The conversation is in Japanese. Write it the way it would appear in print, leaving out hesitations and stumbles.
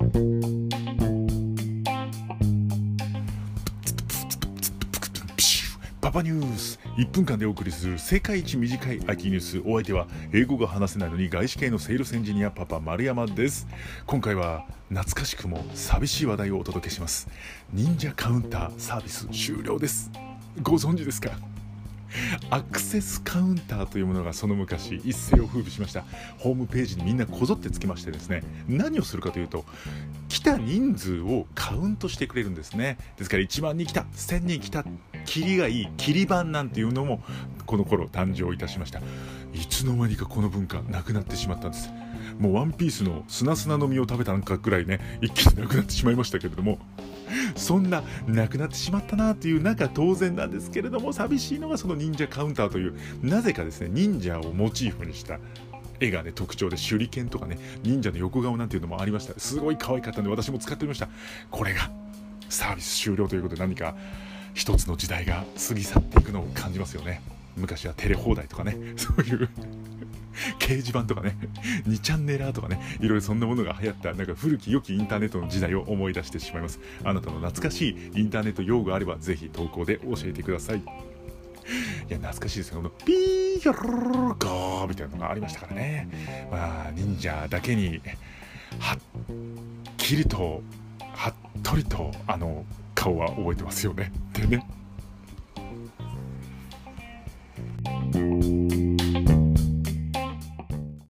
パパニュース1分間でお送りする世界一短い IT ニュース。お相手は英語が話せないのに外資系のセールスエンジニアパパ丸山です。今回は懐かしくも寂しい話題をお届けします。忍者カウンターサービス終了です。ご存知ですか？アクセスカウンターというものがその昔一世を風靡しました。ホームページにみんなこぞってつけましてですね、何をするかというと、来た人数をカウントしてくれるんですね。ですから1万人来た、1000人来た、キリがいい、キリ番なんていうのもこの頃誕生いたしました。いつの間にかこの文化なくなってしまったんです。もうワンピースの砂砂の実を食べたんかくらいね、一気になくなってしまいましたけれども、そんななくなってしまったなという中当然なんですけれども、寂しいのがその忍者カウンターという、なぜかですね忍者をモチーフにした絵がね特徴で、手裏剣とかね忍者の横顔なんていうのもありました。すごい可愛かったんで私も使ってみました。これがサービス終了ということで、何か一つの時代が過ぎ去っていくのを感じますよね。昔はテレ放題とかね、そういう掲示板とかね、2チャンネラーとかね、いろいろそんなものが流行った、なんか古き良きインターネットの時代を思い出してしまいます。あなたの懐かしいインターネット用語があればぜひ投稿で教えてください。いや懐かしいですよ。このピーヒョルルゴーみたいなのがありましたからね。まあ忍者だけにはっきりとはっとりと顔は覚えてますよね。でね、